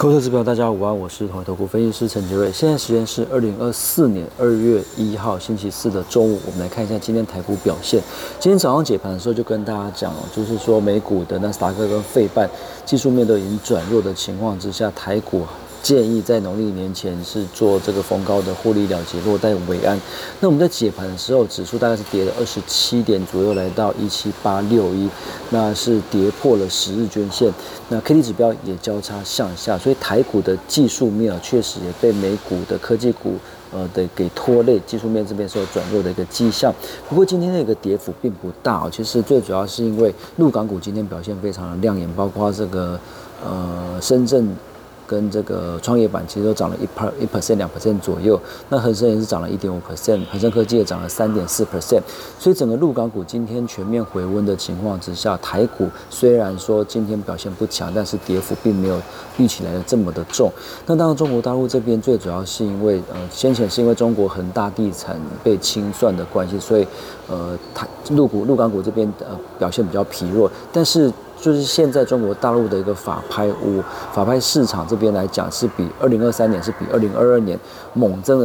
扣特指标，大家午安，我是统一投顾分析师陈杰瑞。现在时间是2024年2月1号星期四的中午，我们来看一下今天台股表现。今天早上解盘的时候就跟大家讲，就是说美股的纳斯达克跟费半技术面都已经转弱的情况之下，台股建议在农历年前是做这个逢高的获利了结，落袋为安。那我们在解盘的时候，指数大概是跌了27点左右，来到17861，那是跌破了10日均线。那 KD 指标也交叉向下，所以台股的技术面确实也被美股的科技股的给拖累，技术面这边是有转弱的一个迹象。不过今天的一个跌幅并不大，其实最主要是因为陆港股今天表现非常的亮眼，包括这个深圳跟这个创业板其实都涨了1%、2% 左右，那恒生也是涨了1.5%，恒生科技也涨了3.4%，所以整个陆港股今天全面回温的情况之下，台股虽然说今天表现不强，但是跌幅并没有预期来的这么的重。那当然中国大陆这边最主要是因为先前是因为中国恒大地产被清算的关系，所以陆港股这边表现比较疲弱，但是就是现在中国大陆的一个法拍市场这边来讲，是比2023年是比2022年猛增了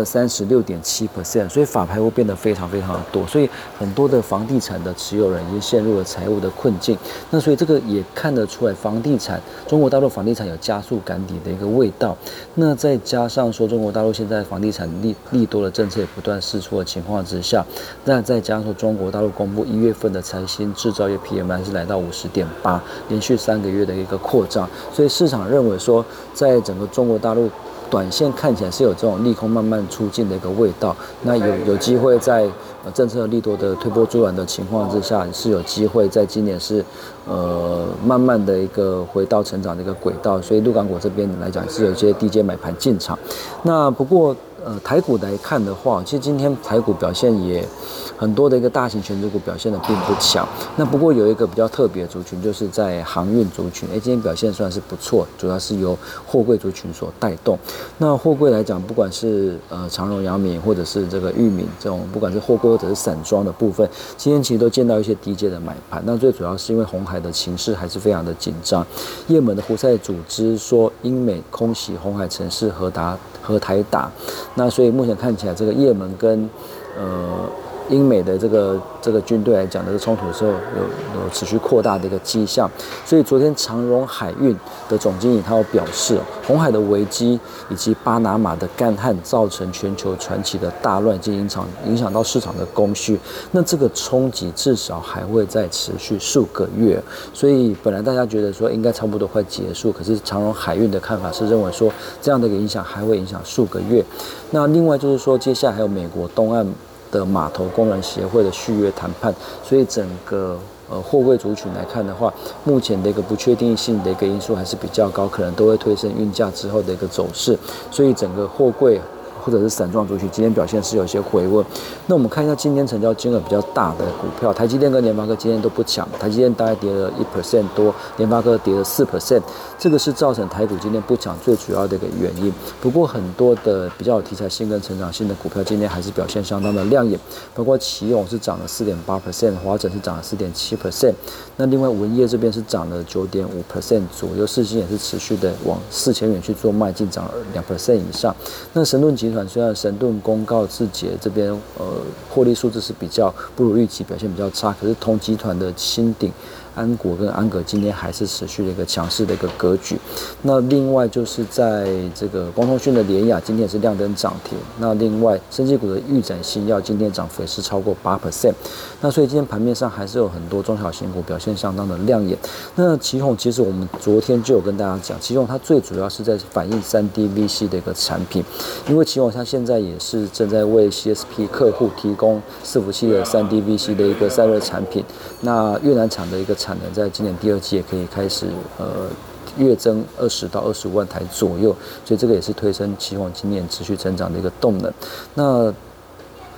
36.7%，所以法拍屋变得非常非常的多，所以很多的房地产的持有人已经陷入了财务的困境。那所以这个也看得出来，中国大陆房地产有加速赶底的一个味道。那再加上说中国大陆现在房地产利多的政策也不断释出的情况之下，那再加上说中国大陆公布1月份的财新制造业 PMI 是来到50.8。连续3个月的一个扩张，所以市场认为说，在整个中国大陆短线看起来是有这种利空慢慢出尽的一个味道。那有机会在政策利多的推波助澜的情况之下，是有机会在今年是慢慢的一个回到成长的一个轨道。所以陆港股这边来讲是有一些低阶买盘进场。那不过台股来看的话，其实今天台股表现也很多的一个大型权值股表现的并不强。那不过有一个比较特别的族群，就是在航运族群，今天表现算是不错，主要是由货柜族群所带动。那货柜来讲，不管是长荣、阳明或者是这个裕民这种，不管是货柜或者是散装的部分，今天其实都见到一些低阶的买盘。那最主要是因为鸿海的情势还是非常的紧张，也门的胡塞组织说英美空袭鸿海城市和台达。那所以目前看起来，这个也门跟英美的这个军队来讲的冲突的时候，有持续扩大的一个迹象。所以昨天长荣海运的总经理他有表示，鸿海的危机以及巴拿马的干旱造成全球船期的大乱，已经影响到市场的供需。那这个冲击至少还会再持续数个月。所以本来大家觉得说应该差不多快结束，可是长荣海运的看法是认为说这样的一个影响还会影响数个月。那另外就是说，接下来还有美国东岸的码头工人协会的续约谈判，所以整个货柜族群来看的话，目前的一个不确定性的一个因素还是比较高，可能都会推升运价之后的一个走势，所以整个货柜或者是散装族群今天表现是有一些回温。那我们看一下今天成交金额比较大的股票，台积电跟联发科今天都不强，台积电大概跌了1% 多，联发科跌了4%，这个是造成台股今天不强最主要的一个原因。不过很多的比较有题材性跟成长性的股票今天还是表现相当的亮眼，包括奇鋐是涨了4.8%，华整是涨了4.7%，那另外文业这边是涨了9.5% 左右，世芯也是持续的往4000元去做迈进，涨了2% 以上。那神盾集团虽然神盾公告自节这边获利数字是比较不如预期，表现比较差，可是同集团的新鼎、安国跟安格今天还是持续的一个强势的一个格局。那另外就是在这个光通讯的联亚今天也是亮灯涨停。那另外生技股的预展新药今天涨幅也是超过8%。那所以今天盘面上还是有很多中小型股表现相当的亮眼。那奇鋐其实我们昨天就有跟大家讲，奇鋐它最主要是在反映 3DVC 的一个产品，因为奇鋐它现在也是正在为 CSP 客户提供伺服器的 3DVC 的一个散热产品。那越南厂的一个产能在今年第2季也可以开始月增20到25万台左右，所以这个也是推升奇鋐今年持续成长的一个动能。那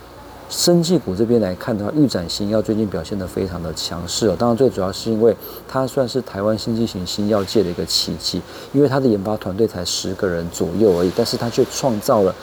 生技股这边来看的话，预展新药最近表现得非常的强势哦。当然，最主要是因为它算是台湾新剂型新药界的一个奇迹，因为它的研发团队才10个人左右而已，但是它却创造了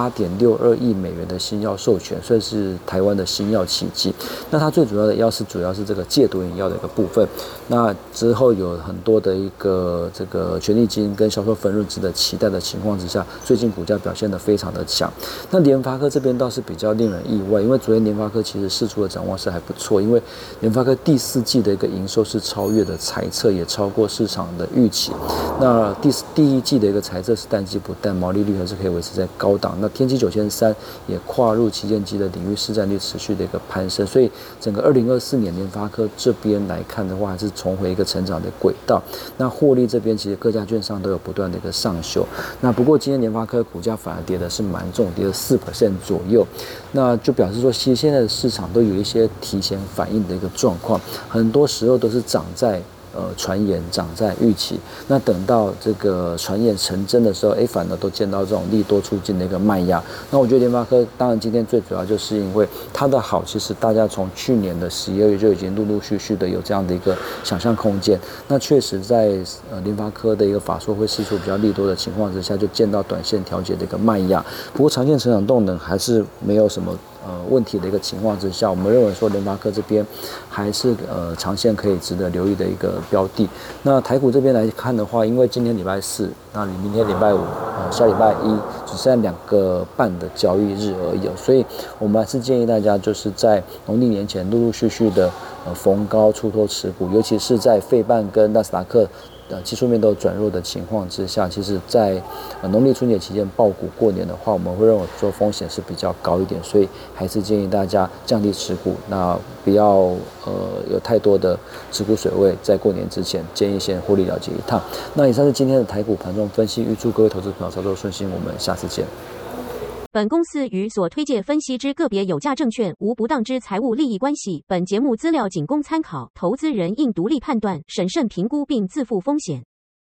8.62亿美元的新药授权，算是台湾的新药奇迹。那它最主要的主要是这个戒毒饮药的一个部分。那之后有很多的一个这个权利金跟销售分润值的期待的情况之下，最近股价表现得非常的强。那联发科这边倒是比较令人意外，因为昨天联发科其实释出的展望是还不错，因为联发科第4季的一个营收是超越的财测，也超过市场的预期。那第1季的一个财测是淡季不淡，毛利率还是可以维持在高档。那天玑9300也跨入旗舰机的领域，市占率持续的一个攀升，所以整个2024年联发科这边来看的话，还是重回一个成长的轨道。那获利这边其实各家券商都有不断的一个上修。那不过今天联发科股价反而跌的是蛮重，跌了4% 左右。那就表示说，其实现在的市场都有一些提前反应的一个状况，很多时候都是涨在传言，涨在预期。那等到这个传言成真的时候，反而都见到这种利多出尽的一个卖压。那我觉得联发科当然今天最主要就是因为它的好，其实大家从去年的11、2月就已经陆陆续续的有这样的一个想象空间。那确实在联发科的一个法说会释出比较利多的情况之下，就见到短线调节的一个卖压。不过长线成长动能还是没有什么问题的一个情况之下，我们认为说联发科这边还是长线可以值得留意的一个标的。那台股这边来看的话，因为今天礼拜4，那你明天礼拜5，下礼拜1只剩下2个半的交易日而已，所以我们还是建议大家就是在农历年前陆陆续续的逢高出脱持股，尤其是在费半跟纳斯达克技术面都转弱的情况之下，其实在农历春节期间抱股过年的话，我们会认为说风险是比较高一点，所以还是建议大家降低持股，那不要有太多的持股水位，在过年之前建议先获利了结一趟。那以上是今天的台股盘中分析，预祝各位投资朋友操作顺心，我们下次见。 本公司与所推介分析之个别有价证券无不当之财务利益关系。本节目资料仅供参考，投资人应独立判断、审慎评估并自负风险。